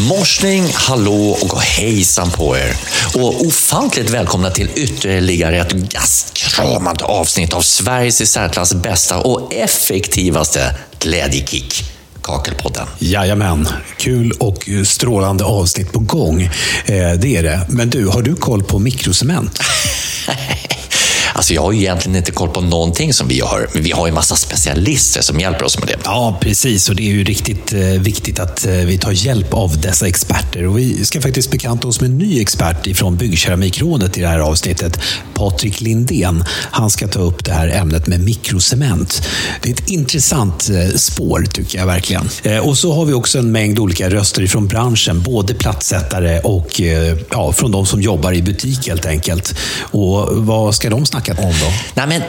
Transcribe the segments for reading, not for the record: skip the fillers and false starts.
Morsning, hallå och hejsan på er. Och ofantligt välkomna till ytterligare ett gastkramande avsnitt av Sveriges i särklass bästa och effektivaste glädjekick. Kakelpodden. Jajamän, kul och strålande avsnitt på gång. Det är det. Men du, har du koll på mikrocement? Alltså jag har ju egentligen inte koll på någonting som vi gör, men vi har ju massa specialister som hjälper oss med det. Ja, precis. Och det är ju riktigt viktigt att vi tar hjälp av dessa experter. Och vi ska faktiskt bekanta oss med en ny expert från Byggkeramikrådet i det här avsnittet, Patrik Lindén. Han ska ta upp det här ämnet med mikrocement. Det är ett intressant spår tycker jag verkligen. Och så har vi också en mängd olika röster från branschen, både platssättare och från de som jobbar i butik helt enkelt. Och vad ska de snacka om då? Nej, men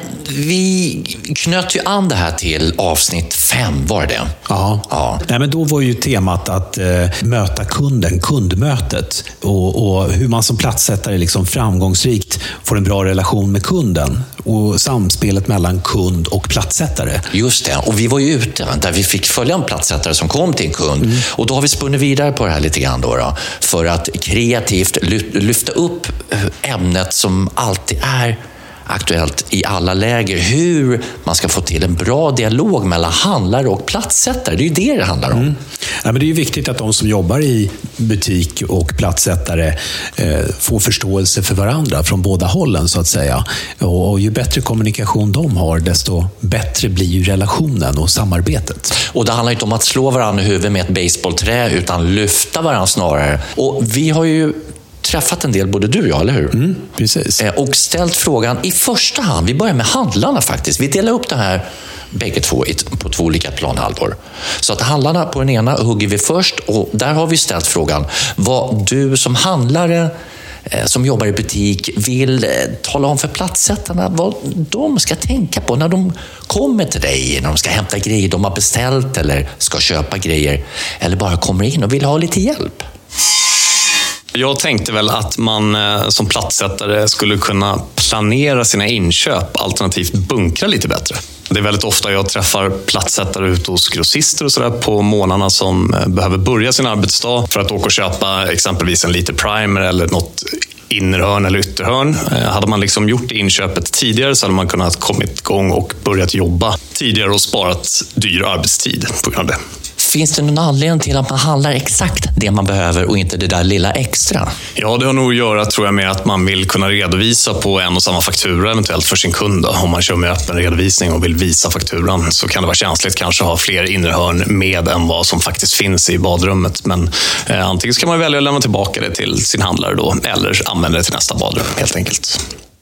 vi knöt ju an det här till avsnitt 5, var det? Ja. Nej, men då var ju temat att möta kunden, kundmötet och hur man som platssättare liksom framgångsrikt får en bra relation med kunden och samspelet mellan kund och platssättare. Just det, och vi var ju ute där vi fick följa en platssättare som kom till en kund och då har vi spunnit vidare på det här lite grann då för att kreativt lyfta upp ämnet som alltid är aktuellt i alla läger, hur man ska få till en bra dialog mellan handlare och platssättare. Det är ju det handlar om. Ja, men det är ju viktigt att de som jobbar i butik och platssättare får förståelse för varandra från båda hållen så att säga. Och ju bättre kommunikation de har, desto bättre blir ju relationen och samarbetet. Och det handlar inte om att slå varandra i huvudet med ett baseballträ utan lyfta varandra snarare. Och vi har ju träffat en del, både du och jag, eller hur? Precis. Och ställt frågan i första hand, vi börjar med handlarna faktiskt. Vi delar upp det här bägge två på två olika planhalvor. Så att handlarna på den ena hugger vi först och där har vi ställt frågan vad du som handlare som jobbar i butik vill tala om för platssättarna, vad de ska tänka på när de kommer till dig, när de ska hämta grejer de har beställt eller ska köpa grejer eller bara kommer in och vill ha lite hjälp. Jag tänkte väl att man som platssättare skulle kunna planera sina inköp, alternativt bunkra lite bättre. Det är väldigt ofta jag träffar platssättare ute hos grossister och sådär på månaderna som behöver börja sin arbetsdag för att åka och köpa exempelvis en liter primer eller något innerhörn eller ytterhörn. Hade man liksom gjort inköpet tidigare så hade man kunnat kommit igång och börjat jobba tidigare och sparat dyr arbetstid på grund av det. Finns det någon anledning till att man handlar exakt det man behöver och inte det där lilla extra? Ja, det har nog att göra, tror jag, med att man vill kunna redovisa på en och samma faktura eventuellt för sin kund. Då. Om man kör med öppen redovisning och vill visa fakturan så kan det vara känsligt kanske ha fler innerhörn med än vad som faktiskt finns i badrummet. Men antingen ska man välja att lämna tillbaka det till sin handlare då eller använda det till nästa badrum helt enkelt.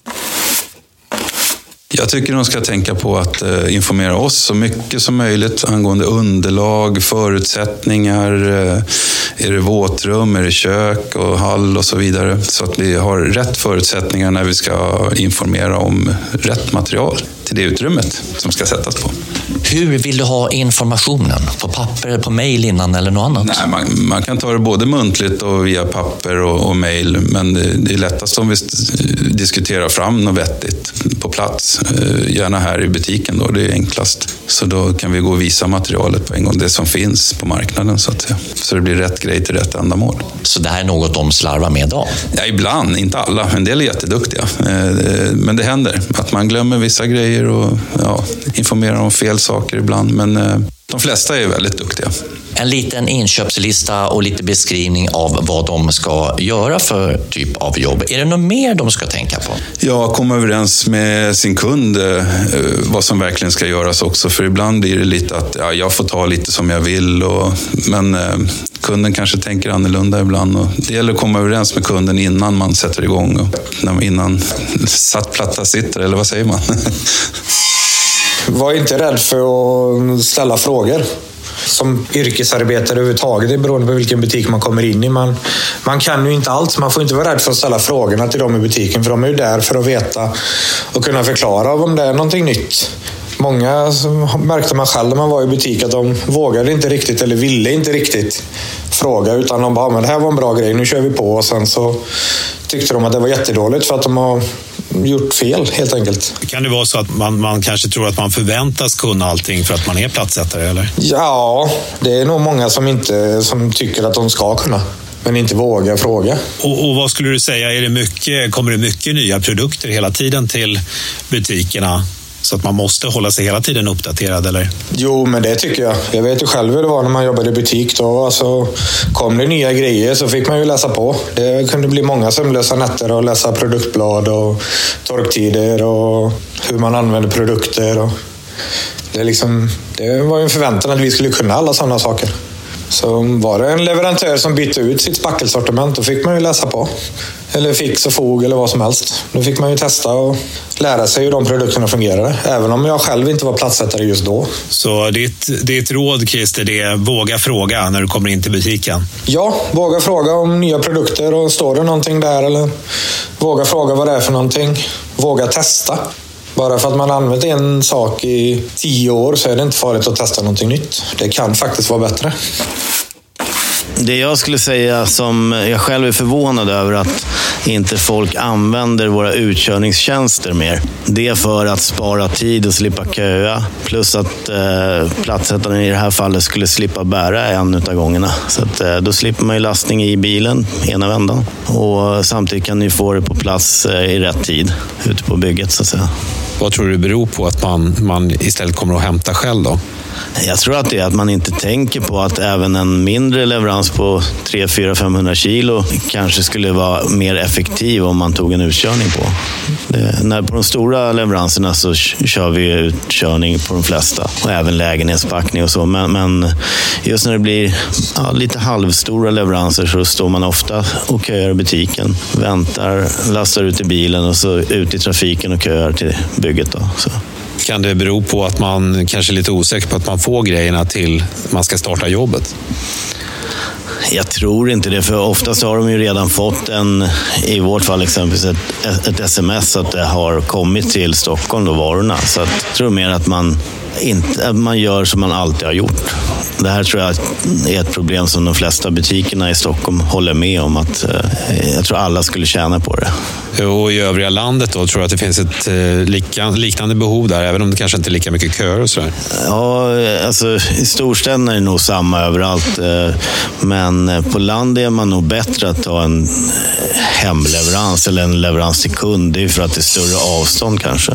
Jag tycker de ska tänka på att informera oss så mycket som möjligt angående underlag, förutsättningar, är det våtrum, är det kök och hall och så vidare. Så att vi har rätt förutsättningar när vi ska informera om rätt material till det utrymmet som ska sättas på. Hur vill du ha informationen? På papper, på mejl innan eller något annat? Nej, man kan ta det både muntligt och via papper och mejl. Men det är lättast om vi diskuterar fram något vettigt på plats. Gärna här i butiken då, det är enklast. Så då kan vi gå och visa materialet på en gång, det som finns på marknaden så att säga. Så det blir rätt grej till rätt ändamål. Så det här är något de slarvar med idag? Ja, ibland, inte alla. En del är jätteduktiga. Men det händer att man glömmer vissa grejer och informerar om fel saker ibland. Men de flesta är väldigt duktiga. En liten inköpslista och lite beskrivning av vad de ska göra för typ av jobb. Är det något mer de ska tänka på? Ja, komma överens med sin kund vad som verkligen ska göras också. För ibland blir det lite att jag får ta lite som jag vill. Men kunden kanske tänker annorlunda ibland. Och det gäller att komma överens med kunden innan man sätter igång. Och innan satt platta sitter, eller vad säger man? Var inte rädd för att ställa frågor. Som yrkesarbetare överhuvudtaget, det är beroende på vilken butik man kommer in i. Man kan ju inte allt, så man får inte vara rädd för att ställa frågorna till dem i butiken. För de är ju där för att veta och kunna förklara om det är någonting nytt. Många märkte man själv när man var i butik att de vågade inte riktigt eller ville inte riktigt fråga. Utan de bara, men det här var en bra grej, nu kör vi på. Och sen så tyckte de att det var jättedåligt för att de har gjort fel helt enkelt. Kan det vara så att man kanske tror att man förväntas kunna allting för att man är plattsättare, eller? Ja, det är nog många som tycker att de ska kunna, men inte vågar fråga. Och vad skulle du säga, kommer det mycket nya produkter hela tiden till butikerna? Så att man måste hålla sig hela tiden uppdaterad, eller? Jo, men det tycker jag. Jag vet ju själv hur det var när man jobbade i butik då. Alltså, kom det nya grejer så fick man ju läsa på. Det kunde bli många sömnlösa nätter och läsa produktblad och torktider och hur man använder produkter. Och det var ju en förväntan att vi skulle kunna alla sådana saker. Så var det en leverantör som bytte ut sitt spackelsortiment, då fick man ju läsa på. Eller fix och fog eller vad som helst. Då fick man ju testa och lära sig hur de produkterna fungerade. Även om jag själv inte var platssättare just då. Så ditt råd, Christer, det är våga fråga när du kommer in till butiken? Ja, våga fråga om nya produkter och står det någonting där, eller våga fråga vad det är för någonting. Våga testa. Bara för att man använt en sak i 10 år så är det inte farligt att testa någonting nytt. Det kan faktiskt vara bättre. Det jag skulle säga som jag själv är förvånad över att inte folk använder våra utkörningstjänster mer. Det är för att spara tid och slippa köa. Plus att platssättaren i det här fallet skulle slippa bära en utav gångerna. Så att, då slipper man ju lastning i bilen ena vändan. Och samtidigt kan ni få det på plats i rätt tid ute på bygget så att säga. Vad tror du beror på att man istället kommer att hämta själv då? Jag tror att det är att man inte tänker på att även en mindre leverans på 300-500 kilo kanske skulle vara mer effektiv om man tog en utkörning på. På de stora leveranserna så kör vi utkörning på de flesta och även lägenhetspackning och så. Men just när det blir lite halvstora leveranser så står man ofta och köar i butiken, väntar, lastar ut i bilen och så ut i trafiken och köar till bygget då. Så. Kan det bero på att man kanske är lite osäker på att man får grejerna till man ska starta jobbet? Jag tror inte det, för oftast har de ju redan fått i vårt fall exempelvis ett sms att det har kommit till Stockholm då, varorna. Så jag tror mer att man gör som man alltid har gjort. Det här tror jag är ett problem som de flesta butikerna i Stockholm håller med om, att jag tror alla skulle tjäna på det. Och i övriga landet då, tror jag att det finns ett liknande behov där, även om det kanske inte är lika mycket köer och sådär? Ja, alltså i storstäderna är det nog samma överallt. Men på land är man nog bättre att ta en hemleverans eller en leverans till kund. Det är för att det är större avstånd kanske.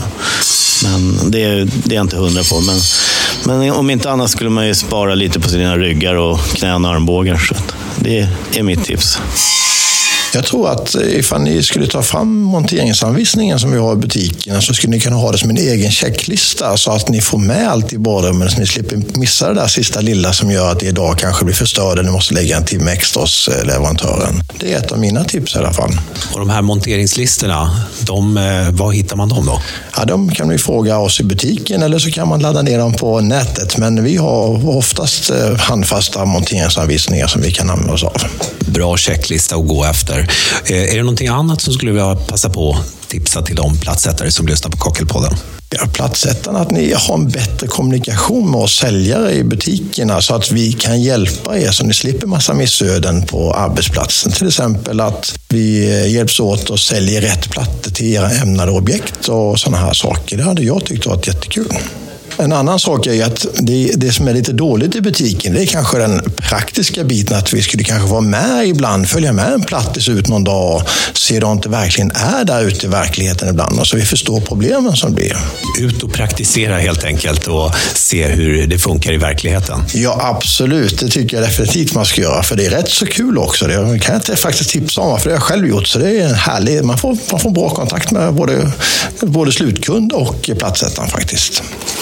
Men det är jag inte 100 på. Men om inte annat skulle man ju spara lite på sina ryggar och knän och armbågar. Så det är mitt tips. Jag tror att ifall ni skulle ta fram monteringsanvisningen som vi har i butiken så skulle ni kunna ha det som en egen checklista så att ni får med allt i badrummet så ni slipper missa det där sista lilla som gör att det idag kanske blir förstörd och ni måste lägga en timme extra hos leverantören. Det är ett av mina tips i alla fall. Och de här monteringslistorna, var hittar man dem då? Ja, de kan vi fråga oss i butiken eller så kan man ladda ner dem på nätet. Men vi har oftast handfasta monteringsanvisningar som vi kan använda oss av. Bra checklista att gå efter. Är det någonting annat som skulle vilja passa på att tipsa till de platssättare som lyssnar på Kockelpodden? Ja, platssättarna, att ni har en bättre kommunikation med oss säljare i butikerna så att vi kan hjälpa er så ni slipper massa missöden på arbetsplatsen. Till exempel att vi hjälps åt och säljer rätt plattor till era ämnade objekt och sådana här saker. Det hade jag tyckt varit jättekul. En annan sak är att det som är lite dåligt i butiken, det är kanske den praktiska biten att vi skulle kanske vara med ibland, följa med en plattis ut någon dag och se om det verkligen är där ute i verkligheten ibland och så vi förstår problemen som blir. Ut och praktisera helt enkelt och se hur det funkar i verkligheten. Ja, absolut. Det tycker jag definitivt man ska göra för det är rätt så kul också. Det kan jag inte faktiskt tipsa om för det har jag själv gjort så det är en härlig, man får bra kontakt med både slutkund och platssättaren faktiskt.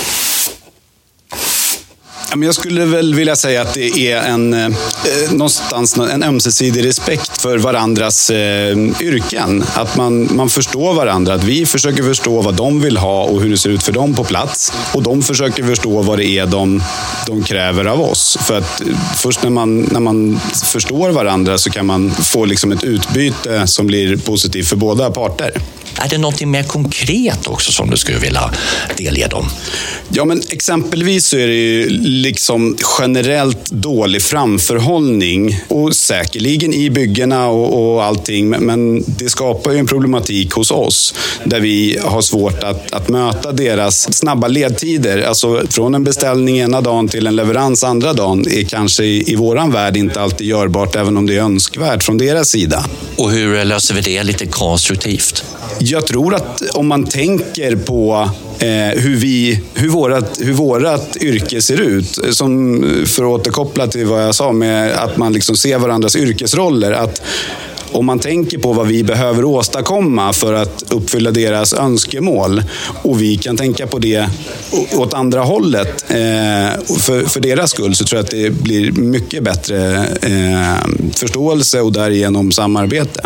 Jag skulle väl vilja säga att det är någonstans en ömsesidig respekt för varandras yrken. Att man förstår varandra. Att vi försöker förstå vad de vill ha och hur det ser ut för dem på plats. Och de försöker förstå vad det är de kräver av oss. För att först när man förstår varandra så kan man få liksom ett utbyte som blir positivt för båda parter. Är det något mer konkret också som du skulle vilja delge dem? Ja, men exempelvis så är det ju liksom generellt dålig framförhållning och säkerligen i byggena och allting, men det skapar ju en problematik hos oss där vi har svårt att möta deras snabba ledtider. Alltså från en beställning ena dagen till en leverans andra dagen är kanske i våran värld inte alltid görbart, även om det är önskvärt från deras sida. Och hur löser vi det lite konstruktivt? Jag tror att om man tänker på hur vårat yrke ser ut, som för att återkoppla till vad jag sa med att man liksom ser varandras yrkesroller, att om man tänker på vad vi behöver åstadkomma för att uppfylla deras önskemål och vi kan tänka på det åt andra hållet för deras skull, så tror jag att det blir mycket bättre förståelse och därigenom samarbete.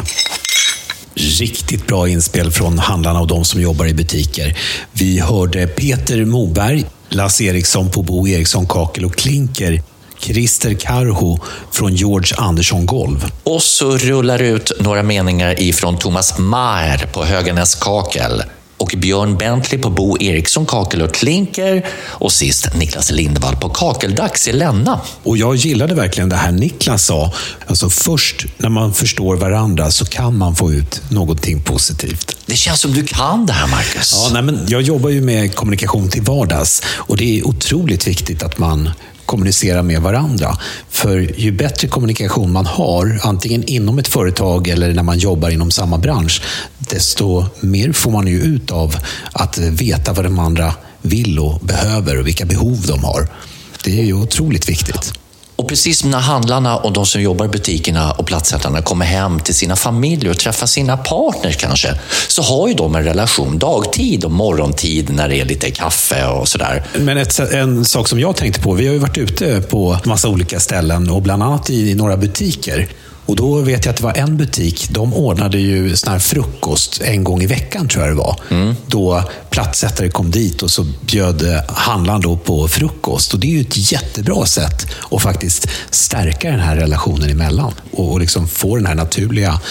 Riktigt bra inspel från handlarna och de som jobbar i butiker. Vi hörde Peter Moberg, Lasse Eriksson på Bo Eriksson Kakel och Klinker, Christer Karho från George Andersson Golv. Och så rullar ut några meningar ifrån Thomas Maher på Höganäs Kakel och Björn Bentley på Bo Eriksson Kakel och Klinker och sist Niklas Lindvall på Kakeldags i Länna. Och jag gillade verkligen det här Niklas sa. Alltså först när man förstår varandra så kan man få ut någonting positivt. Det känns som du kan det här, Marcus. Ja, nej, men jag jobbar ju med kommunikation till vardags och det är otroligt viktigt att man kommunicera med varandra. För ju bättre kommunikation man har, antingen inom ett företag eller när man jobbar inom samma bransch, desto mer får man ju ut av att veta vad de andra vill och behöver och vilka behov de har. Det är ju otroligt viktigt. Och precis som när handlarna och de som jobbar i butikerna och platssättarna kommer hem till sina familjer och träffar sina partners kanske, så har ju de en relation dagtid och morgontid när det är lite kaffe och sådär. Men en sak som jag tänkte på, vi har ju varit ute på massa olika ställen och bland annat i några butiker. Och då vet jag att det var en butik, de ordnade ju sån här frukost en gång i veckan tror jag det var. Då platssättare kom dit och så bjöd handlaren då på frukost. Och det är ju ett jättebra sätt att faktiskt stärka den här relationen emellan. Och liksom få den här naturliga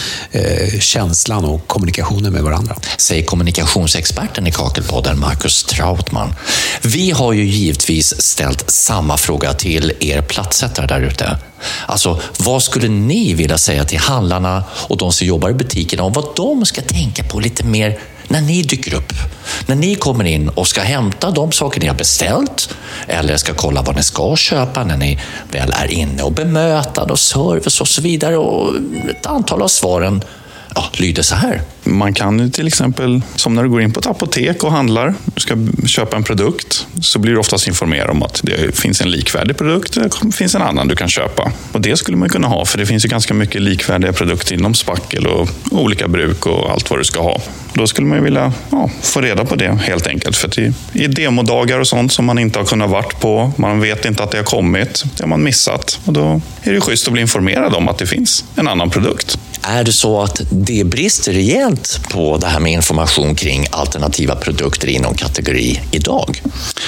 känslan och kommunikationen med varandra. Säger kommunikationsexperten i Kakelpodden, Marcus Trautman. Vi har ju givetvis ställt samma fråga till er platssättare där ute. Alltså, vad skulle ni vilja säga till handlarna och de som jobbar i butikerna om vad de ska tänka på lite mer när ni dyker upp? När ni kommer in och ska hämta de saker ni har beställt eller ska kolla vad ni ska köpa när ni väl är inne och bemötande och service och så vidare. Och ett antal av svaren lyder så här. Man kan ju till exempel, som när du går in på ett apotek och handlar, du ska köpa en produkt, så blir du oftast informerad om att det finns en likvärdig produkt, det finns en annan du kan köpa. Och det skulle man kunna ha, för det finns ju ganska mycket likvärdiga produkter inom spackel och olika bruk och allt vad du ska ha. Då skulle man ju vilja få reda på det helt enkelt, för att i demodagar och sånt som man inte har kunnat varit på, man vet inte att det har kommit, det har man missat. Och då är det schysst att bli informerad om att det finns en annan produkt. Är det så att det brister rejält på det här med information kring alternativa produkter inom kategori idag?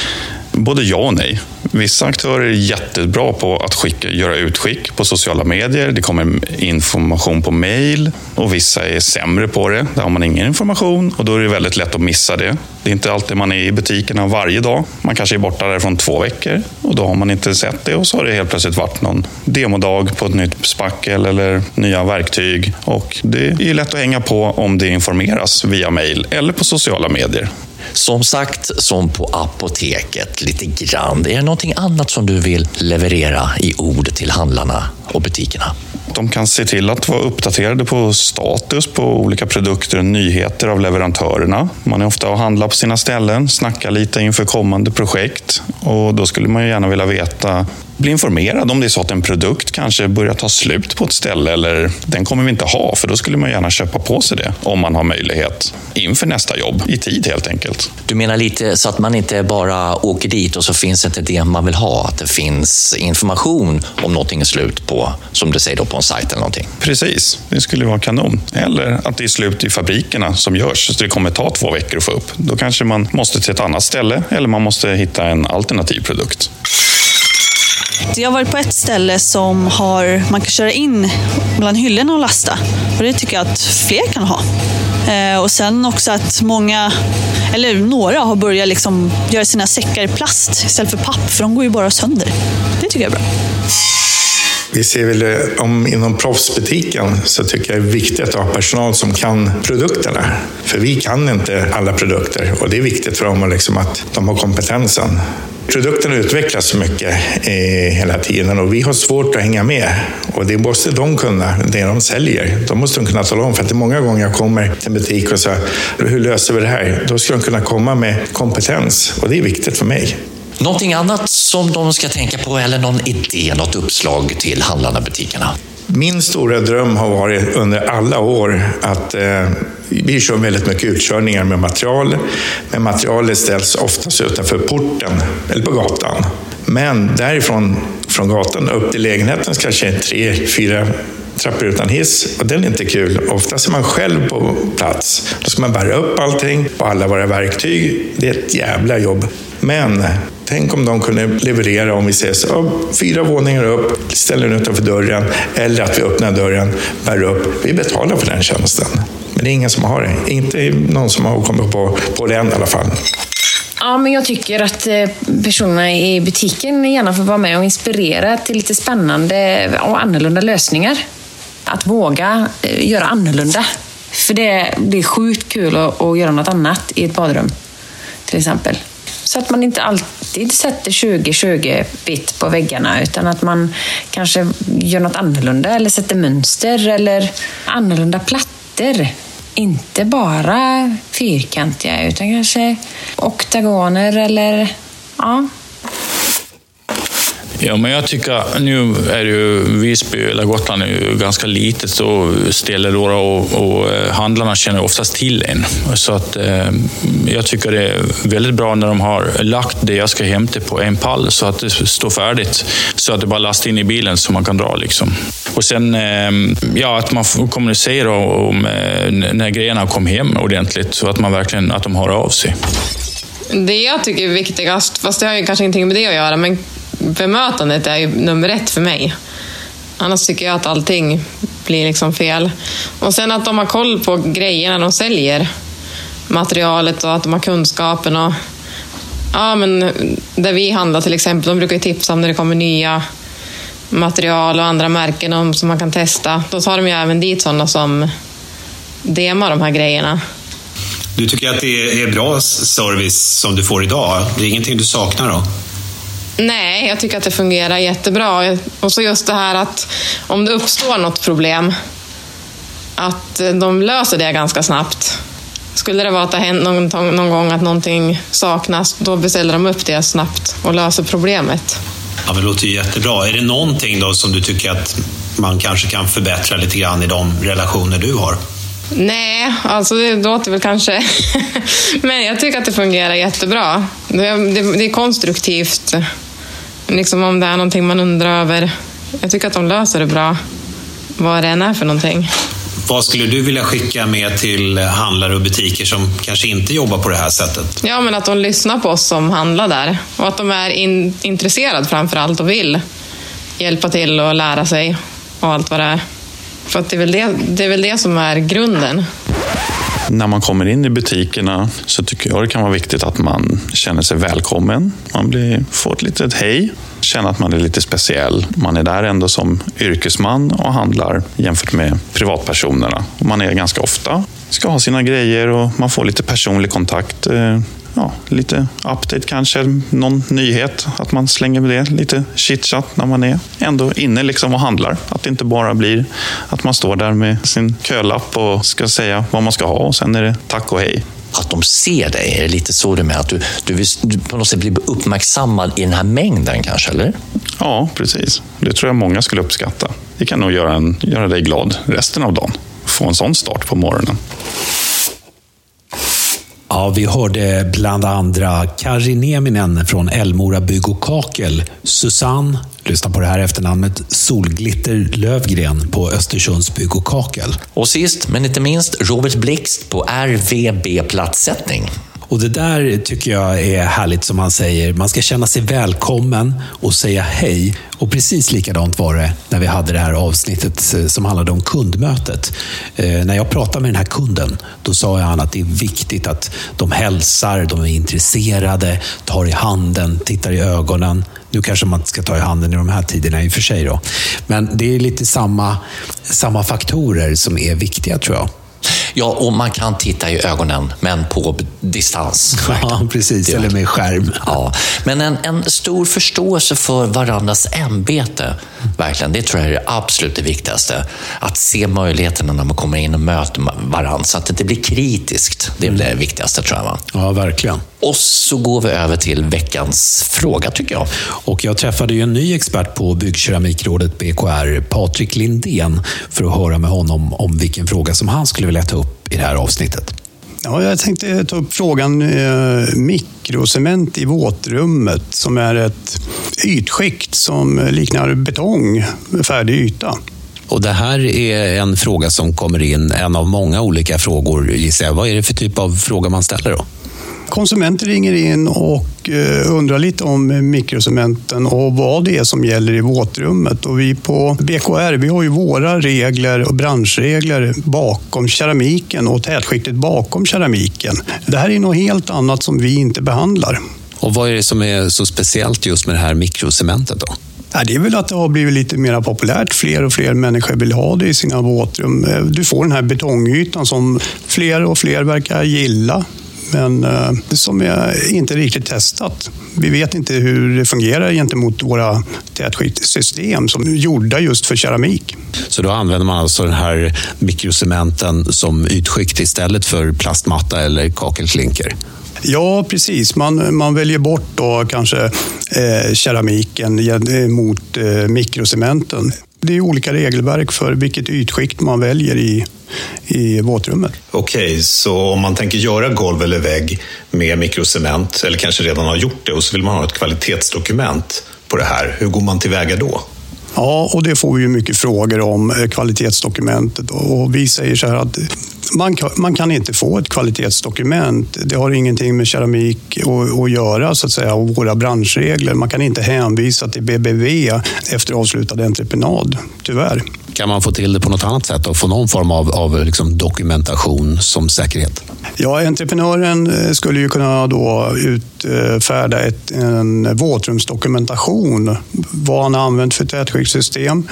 Både ja och nej. Vissa aktörer är jättebra på att göra utskick på sociala medier. Det kommer information på mejl och vissa är sämre på det. Där har man ingen information och då är det väldigt lätt att missa det. Det är inte alltid man är i butikerna varje dag. Man kanske är borta därifrån 2 veckor och då har man inte sett det och så har det helt plötsligt varit någon demodag på ett nytt spackel eller nya verktyg. Och det är ju lätt att hänga på om det informeras via mejl eller på sociala medier. Som sagt, som på apoteket lite grann. Är det någonting annat som du vill leverera i ord till handlarna och butikerna? De kan se till att vara uppdaterade på status på olika produkter och nyheter av leverantörerna. Man är ofta och handlar på sina ställen, snackar lite inför kommande projekt och då skulle man ju gärna vilja bli informerad om det är så att en produkt kanske börjar ta slut på ett ställe eller den kommer vi inte ha, för då skulle man gärna köpa på sig det om man har möjlighet inför nästa jobb i tid helt enkelt. Du menar lite så att man inte bara åker dit och så finns inte det man vill ha, att det finns information om någonting är slut på, som du säger då, på en sajt eller någonting? Precis, det skulle vara kanon. Eller att det är slut i fabrikerna som görs, så det kommer ta 2 veckor att få upp. Då kanske man måste till ett annat ställe eller man måste hitta en alternativ produkt. Jag har varit på ett ställe som man kan köra in bland hyllorna och lasta. Och det tycker jag att fler kan ha. Och sen också att många, eller några, har börjat liksom göra sina säckar i plast istället för papp, för de går ju bara sönder. Det tycker jag är bra. Vi ser väl om inom proffsbutiken så tycker jag det är viktigt att ha personal som kan produkterna. För vi kan inte alla produkter och det är viktigt för dem att de har kompetensen. Produkterna utvecklas så mycket hela tiden och vi har svårt att hänga med. Och det måste de kunna, det de säljer. De måste de kunna tala om, för att det är många gånger jag kommer till en butik och säger, hur löser vi det här? Då ska de kunna komma med kompetens och det är viktigt för mig. Någonting annat som de ska tänka på, eller någon idé, något uppslag till handlarna, butikerna? Min stora dröm har varit under alla år att vi kör väldigt mycket utkörningar med material. Men materialet ställs oftast utanför porten eller på gatan. Men därifrån, från gatan upp till lägenheten, kanske 3-4 trappor utan hiss. Och den är inte kul. Oftast är man själv på plats. Då ska man bära upp allting och alla våra verktyg. Det är ett jävla jobb. Men tänk om de kunde leverera, om vi ses 4 våningar upp, ställer den utanför dörren, eller att vi öppnar dörren, bär upp. Vi betalar för den tjänsten. Men det är ingen som har det. Inte någon som har kommit på det än i alla fall. Ja, men jag tycker att personerna i butiken gärna får vara med och inspirera till lite spännande och annorlunda lösningar. Att våga göra annorlunda. För det är sjukt kul att göra något annat i ett badrum, till exempel. Så att man inte alltid sätter 20-20 bit på väggarna, utan att man kanske gör något annorlunda eller sätter mönster eller annorlunda plattor. Inte bara fyrkantiga, utan kanske oktagoner eller ja. Ja, men jag tycker nu är ju Visby eller Gotland är ju ganska litet och ställer och handlarna känner oftast till en. Så att jag tycker det är väldigt bra när de har lagt det jag ska hämta på en pall så att det står färdigt. Så att det bara lastar in i bilen så man kan dra liksom. Och sen att man får kommunicera om när grejerna kom hem ordentligt så att man verkligen att de har av sig. Det jag tycker är viktigast, fast det har ju kanske ingenting med det att göra, men bemötandet är ju nummer 1 för mig. Annars tycker jag att allting blir liksom fel. Och sen att de har koll på grejerna de säljer. Materialet och att de har kunskapen. Och, ja, men där vi handlar till exempel, de brukar ju tipsa om när det kommer nya material och andra märken som man kan testa. Då tar de ju även dit sådana som demar de här grejerna. Du tycker att det är bra service som du får idag? Det är ingenting du saknar då? Nej, jag tycker att det fungerar jättebra. Och så just det här att om det uppstår något problem, att de löser det ganska snabbt. Skulle det vara att det har hänt någon gång att någonting saknas, då beställer de upp det snabbt och löser problemet. Ja, men det låter ju jättebra. Är det någonting då som du tycker att man kanske kan förbättra lite grann i de relationer du har? Nej, alltså det låter väl kanske... Men jag tycker att det fungerar jättebra. Det är konstruktivt. Liksom om det är någonting man undrar över. Jag tycker att de löser det bra. Vad det än är för någonting. Vad skulle du vilja skicka med till handlare och butiker som kanske inte jobbar på det här sättet? Ja, men att de lyssnar på oss som handlar där. Och att de är intresserade framförallt och vill hjälpa till och lära sig och allt vad det är. För att det är väl det som är grunden. När man kommer in i butikerna så tycker jag det kan vara viktigt att man känner sig välkommen. Man får ett litet hej, känner att man är lite speciell. Man är där ändå som yrkesman och handlar jämfört med privatpersonerna. Man är ganska ofta, ska ha sina grejer och man får lite personlig kontakt. Ja, lite update kanske, någon nyhet, att man slänger med det, lite chitchat när man är ändå inne liksom och handlar. Att det inte bara blir att man står där med sin kölapp och ska säga vad man ska ha och sen är det tack och hej. Att de ser dig, är det lite så du med att du på något sätt blir uppmärksammad i den här mängden kanske, eller? Ja, precis. Det tror jag många skulle uppskatta. Det kan nog göra dig glad resten av dagen. Få en sån start på morgonen. Ja, vi hörde bland andra Kari Nieminen från Älmora Bygg och Kakel, Susanne, lyssna på det här efternamnet, Solglitter Lövgren på Östersunds Bygg och Kakel. Och sist men inte minst Robert Blixt på RVB Platssättning. Och det där tycker jag är härligt som han säger. Man ska känna sig välkommen och säga hej. Och precis likadant var det när vi hade det här avsnittet som handlade om kundmötet. När jag pratade med den här kunden, då sa han att det är viktigt att de hälsar, de är intresserade, tar i handen, tittar i ögonen. Nu kanske man inte ska ta i handen i de här tiderna i och för sig då. Men det är lite samma faktorer som är viktiga, tror jag. Ja, och man kan titta i ögonen, men på distans. Ja, precis. Eller med skärm. Ja, men en stor förståelse för varandras ämbete, verkligen, det tror jag är det absolut det viktigaste. Att se möjligheterna när man kommer in och möter varandra, så att det inte blir kritiskt. Det är det viktigaste, tror jag. Va? Ja, verkligen. Och så går vi över till veckans fråga, tycker jag. Och jag träffade ju en ny expert på Byggkeramikrådet BKR, Patrik Lindén, för att höra med honom om vilken fråga som han skulle vilja ta upp i det här avsnittet. Ja, jag tänkte ta upp frågan mikrocement i våtrummet, som är ett ytskikt som liknar betong med färdig yta. Och det här är en fråga som kommer in, en av många olika frågor, gissar jag. Vad är det för typ av fråga man ställer då? Konsumenter ringer in och undrar lite om mikrocementen och vad det är som gäller i våtrummet. Och vi på BKR, vi har ju våra regler och branschregler bakom keramiken och tätskiktet bakom keramiken. Det här är något helt annat som vi inte behandlar. Och vad är det som är så speciellt just med det här mikrocementet då? Ja, det är väl att det har blivit lite mer populärt. Fler och fler människor vill ha det i sina våtrum. Du får den här betongytan som fler och fler verkar gilla, men som är inte riktigt testat. Vi vet inte hur det fungerar gentemot våra tätskiktsystem som är gjorda just för keramik. Så då använder man alltså den här mikrocementen som ytskikt istället för plastmatta eller kakelklinker? Ja, precis. Man väljer bort då kanske keramiken mot mikrocementen. Det är olika regelverk för vilket ytskikt man väljer i våtrummet. Okej, så om man tänker göra golv eller vägg med mikrocement, eller kanske redan har gjort det, och så vill man ha ett kvalitetsdokument på det här, hur går man tillväga då? Ja, och det får vi ju mycket frågor om, kvalitetsdokumentet. Och vi säger så här att man kan inte få ett kvalitetsdokument. Det har ingenting med keramik att göra, så att säga, och våra branschregler. Man kan inte hänvisa till BBV efter avslutad entreprenad, tyvärr. Kan man få till det på något annat sätt och få någon form av liksom dokumentation som säkerhet? Ja, entreprenören skulle ju kunna då utfärda en våtrumsdokumentation. Vad han har använt för tätskiktssystem,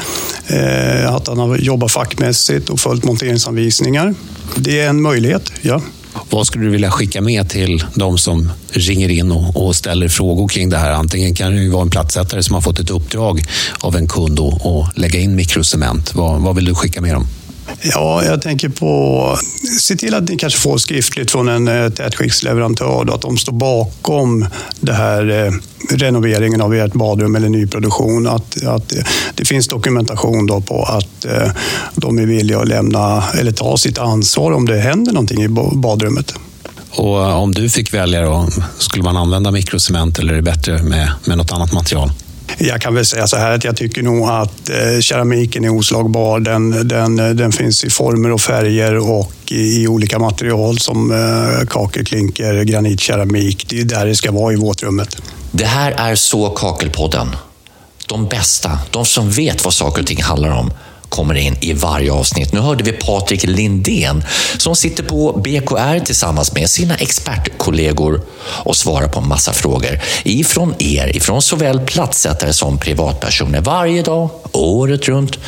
att han har jobbat fackmässigt och följt monteringsanvisningar. Det är en möjlighet, ja. Vad skulle du vilja skicka med till de som ringer in och ställer frågor kring det här? Antingen kan det ju vara en platssättare som har fått ett uppdrag av en kund att lägga in mikrocement. Vad vill du skicka med dem? Ja, jag tänker på, se till att ni kanske får skriftligt från en tätskiktsleverantör då, att de står bakom det här renoveringen av ert badrum eller nyproduktion. Att det finns dokumentation då på att de är villiga att lämna eller ta sitt ansvar om det händer någonting i badrummet. Och om du fick välja då, skulle man använda mikrocement eller är det bättre med något annat material? Jag kan väl säga så här att jag tycker nog att keramiken är oslagbar. Den finns i former och färger och i olika material som kakelklinker, granitkeramik. Det är där det ska vara i våtrummet. Det här är Så Kakelpodden. De bästa, de som vet vad saker och ting handlar om, kommer in i varje avsnitt. Nu hörde vi Patrik Lindén som sitter på BKR tillsammans med sina expertkollegor och svarar på en massa frågor ifrån såväl platssättare som privatpersoner varje dag, året runt,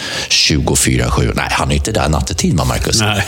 24/7. Nej, han är inte där nattetid, Marcus. Nej.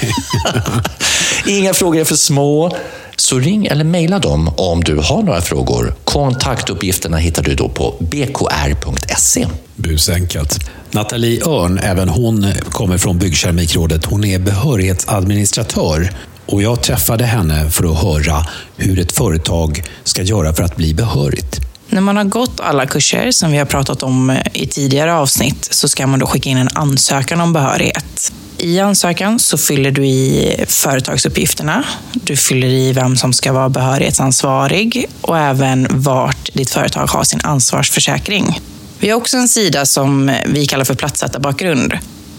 Inga frågor är för små. Så ring eller mejla dem om du har några frågor. Kontaktuppgifterna hittar du då på bkr.se. Busenkelt. Nathalie Örn, även hon kommer från Byggkeramikrådet. Hon är behörighetsadministratör och jag träffade henne för att höra hur ett företag ska göra för att bli behörigt. När man har gått alla kurser som vi har pratat om i tidigare avsnitt så ska man då skicka in en ansökan om behörighet. I ansökan så fyller du i företagsuppgifterna, du fyller i vem som ska vara behörighetsansvarig och även vart ditt företag har sin ansvarsförsäkring. Vi har också en sida som vi kallar för platssättarbakgrund.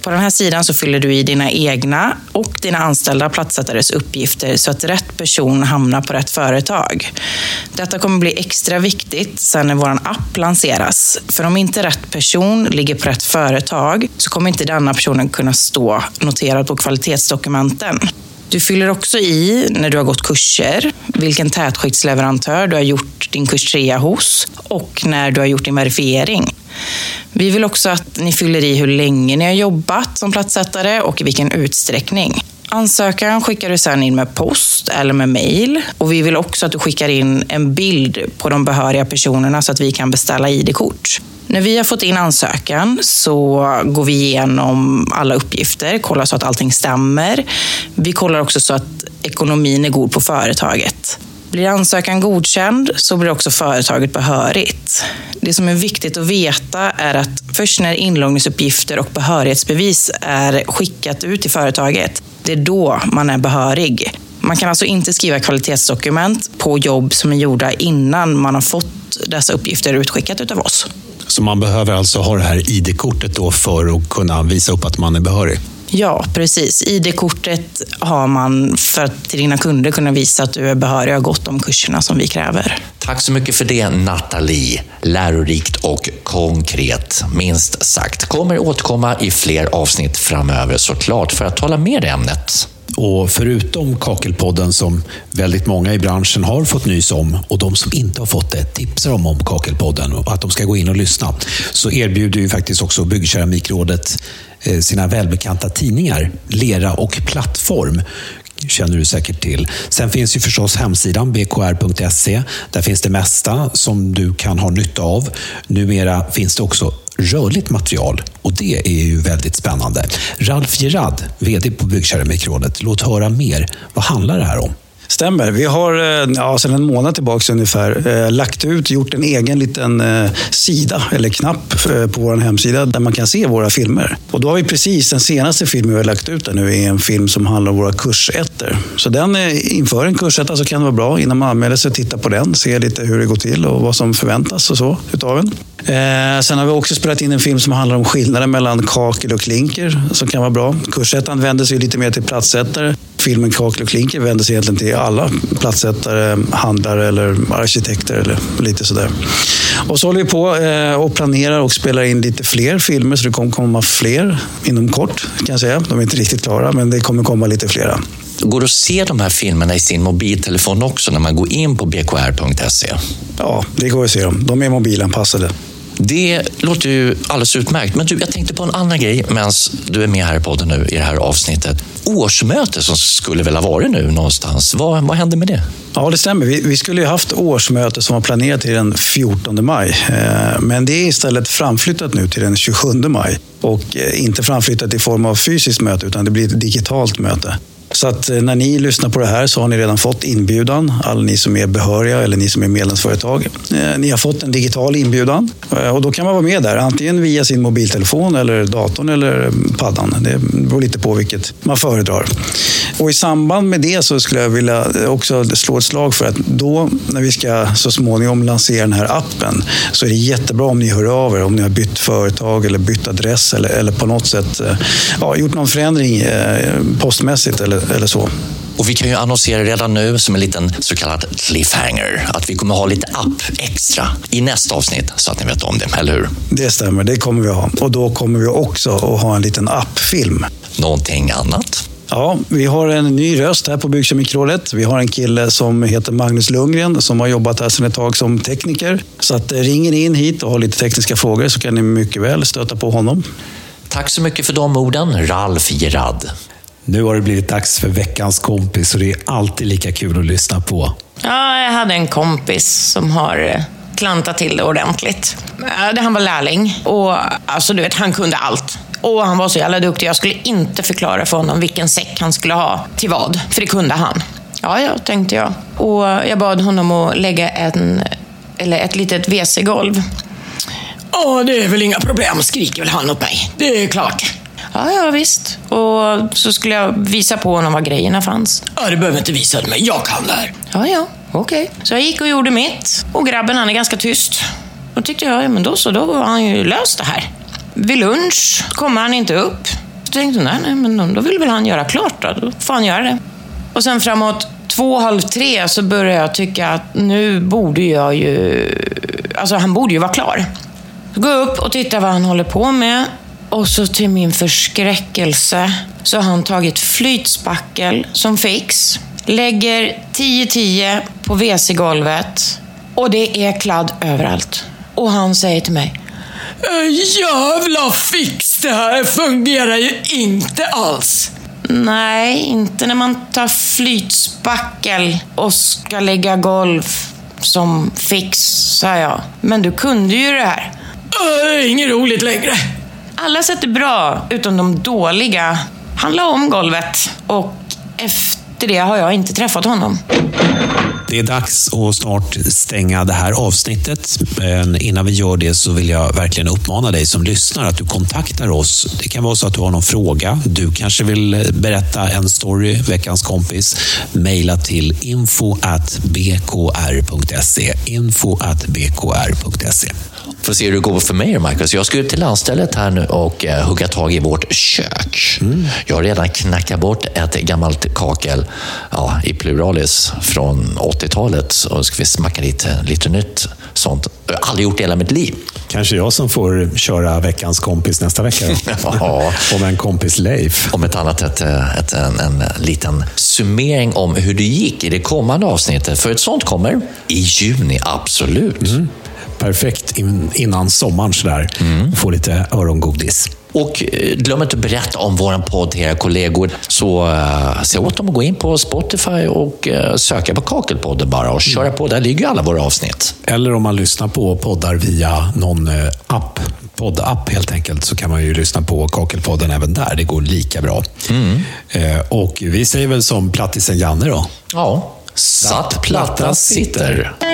På den här sidan så fyller du i dina egna och dina anställda platssättares uppgifter så att rätt person hamnar på rätt företag. Detta kommer bli extra viktigt sen när vår app lanseras. För om inte rätt person ligger på rätt företag så kommer inte denna personen kunna stå noterad på kvalitetsdokumenten. Du fyller också i när du har gått kurser, vilken tätskiktsleverantör du har gjort din kurs 3 hos och när du har gjort din verifiering. Vi vill också att ni fyller i hur länge ni har jobbat som platssättare och i vilken utsträckning. Ansökan skickar du sedan in med post eller med mejl och vi vill också att du skickar in en bild på de behöriga personerna så att vi kan beställa ID-kort. När vi har fått in ansökan så går vi igenom alla uppgifter, kollar så att allting stämmer. Vi kollar också så att ekonomin är god på företaget. Blir ansökan godkänd så blir också företaget behörigt. Det som är viktigt att veta är att först när inloggningsuppgifter och behörighetsbevis är skickat ut till företaget, det är då man är behörig. Man kan alltså inte skriva kvalitetsdokument på jobb som är gjorda innan man har fått dessa uppgifter utskickat utav oss. Så man behöver alltså ha det här ID-kortet då för att kunna visa upp att man är behörig? Ja, precis. ID-kortet har man för att till dina kunder kunna visa att du är behörig och har gått de kurserna som vi kräver. Tack så mycket för det, Nathalie. Lärorikt och konkret, minst sagt. Kommer återkomma i fler avsnitt framöver såklart för att tala mer ämnet. Och förutom Kakelpodden som väldigt många i branschen har fått nys om och de som inte har fått det tipsar om Kakelpodden och att de ska gå in och lyssna, så erbjuder ju faktiskt också Byggkeramikrådet sina välbekanta tidningar Lera och Plattform. Känner du säkert till. Sen finns ju förstås hemsidan bkr.se. Där finns det mesta som du kan ha nytta av. Numera finns det också rörligt material och det är ju väldigt spännande. Ralf Gerard, vd på Byggkeramikrådet. Låt höra mer. Vad handlar det här om? Stämmer. Vi har sedan en månad tillbaka ungefär gjort en egen liten sida eller knapp på vår hemsida där man kan se våra filmer. Och då har vi precis den senaste filmen vi har lagt ut där nu är en film som handlar om våra kursätter. Så den inför en kursetta så kan det vara bra innan man anmäler sig att titta på den, se lite hur det går till och vad som förväntas och så utav en. Sen har vi också spelat in en film som handlar om skillnaden mellan kakel och klinker som kan vara bra. Kursettan vänder sig lite mer till platssättare. Filmen Kakel och klinker vänder sig egentligen till alla platssättare, handlare eller arkitekter eller lite sådär. Och så håller vi på och planerar och spelar in lite fler filmer så det kommer komma fler inom kort kan jag säga. De är inte riktigt klara men det kommer komma lite flera. Går det att se de här filmerna i sin mobiltelefon också när man går in på bkr.se? Ja, det går att se dem. De är mobilanpassade. Det låter ju alldeles utmärkt. Men du, jag tänkte på en annan grej medan du är med här i podden nu i det här avsnittet. Årsmöte som skulle väl ha varit nu någonstans. Vad hände med det? Ja, det stämmer. Vi skulle ju haft årsmöte som var planerat till den 14 maj. Men det är istället framflyttat nu till den 27 maj. Och inte framflyttat i form av fysiskt möte utan det blir ett digitalt möte. Så att när ni lyssnar på det här så har ni redan fått inbjudan. Alla ni som är behöriga eller ni som är medlemsföretag. Ni har fått en digital inbjudan. Och då kan man vara med där. Antingen via sin mobiltelefon eller datorn eller paddan. Det beror lite på vilket man föredrar. Och i samband med det så skulle jag vilja också slå ett slag för att då när vi ska så småningom lansera den här appen så är det jättebra om ni hör av er. Om ni har bytt företag eller bytt adress eller på något sätt gjort någon förändring postmässigt eller så. Och vi kan ju annonsera redan nu som en liten så kallad cliffhanger att vi kommer ha lite app extra i nästa avsnitt så att ni vet om det, eller hur? Det stämmer, det kommer vi ha. Och då kommer vi också att ha en liten appfilm. Någonting annat? Ja, vi har en ny röst här på Byggkeramikrådet. Vi har en kille som heter Magnus Lundgren som har jobbat här sedan ett tag som tekniker. Så att ringer ni in hit och har lite tekniska frågor så kan ni mycket väl stöta på honom. Tack så mycket för de orden, Ralf Gerard. Nu har det blivit dags för veckans kompis och det är alltid lika kul att lyssna på. Ja, jag hade en kompis som har klantat till det ordentligt. Han var lärling och alltså, du vet, han kunde allt. Och han var så jävla duktig. Jag skulle inte förklara för honom vilken säck han skulle ha till vad. För det kunde han. Ja, tänkte jag. Och jag bad honom att lägga ett litet WC-golv. Det är väl inga problem, skriker väl han åt mig. Det är klart. Ja, visst. Och så skulle jag visa på honom var grejerna fanns. Ja, det behöver inte visa det, men jag kan det här. Ja, okej. Så jag gick och gjorde mitt. Och grabben, han är ganska tyst. Då tyckte jag, men då har han ju löst det här. Vid lunch kommer han inte upp. tänkte jag, nej, men då vill väl han göra klart då får han göra det. Och sen framåt 2:30 så började jag tycka att nu borde jag ju... Alltså han borde ju vara klar. Gå upp och titta vad han håller på med. Och så till min förskräckelse så har han tagit flytspackel som fix. Lägger 10-10 på WC-golvet. Och det är kladd överallt. Och han säger till mig: jävla fix, det här fungerar ju inte alls. Nej, inte när man tar flytspackel och ska lägga golv som fix, sa jag. Men du kunde ju det här. Det är inget roligt längre. Alla sätt är bra, utom de dåliga. Han la om golvet och efter det har jag inte träffat honom. Det är dags att snart stänga det här avsnittet. Men innan vi gör det så vill jag verkligen uppmana dig som lyssnar att du kontaktar oss. Det kan vara så att du har någon fråga. Du kanske vill berätta en story, veckans kompis. Maila till info@bkr.se. info@bkr.se. För att se hur det går för mig, Marcus. Jag ska ut till landstället här nu och hugga tag i vårt kök. Jag har redan knackat bort ett gammalt kakel, i pluralis, från 80-talet. Och ska vi smacka lite nytt sånt. Jag har aldrig gjort det hela mitt liv. Kanske jag som får köra veckans kompis nästa vecka. Om en kompis Leif. Om ett annat, en liten summering om hur det gick i det kommande avsnittet. För ett sånt kommer i juni, absolut. Perfekt innan sommaren sådär. Få lite örongodis. Och glöm inte att berätta om våran podd till era kollegor. Så se åt dem att gå in på Spotify och söka på Kakelpodden bara och köra på. Där ligger ju alla våra avsnitt. Eller om man lyssnar på poddar via någon app, poddapp helt enkelt, så kan man ju lyssna på Kakelpodden även där. Det går lika bra. Och vi säger väl som plattisen Janne då. Ja, satt platta sitter.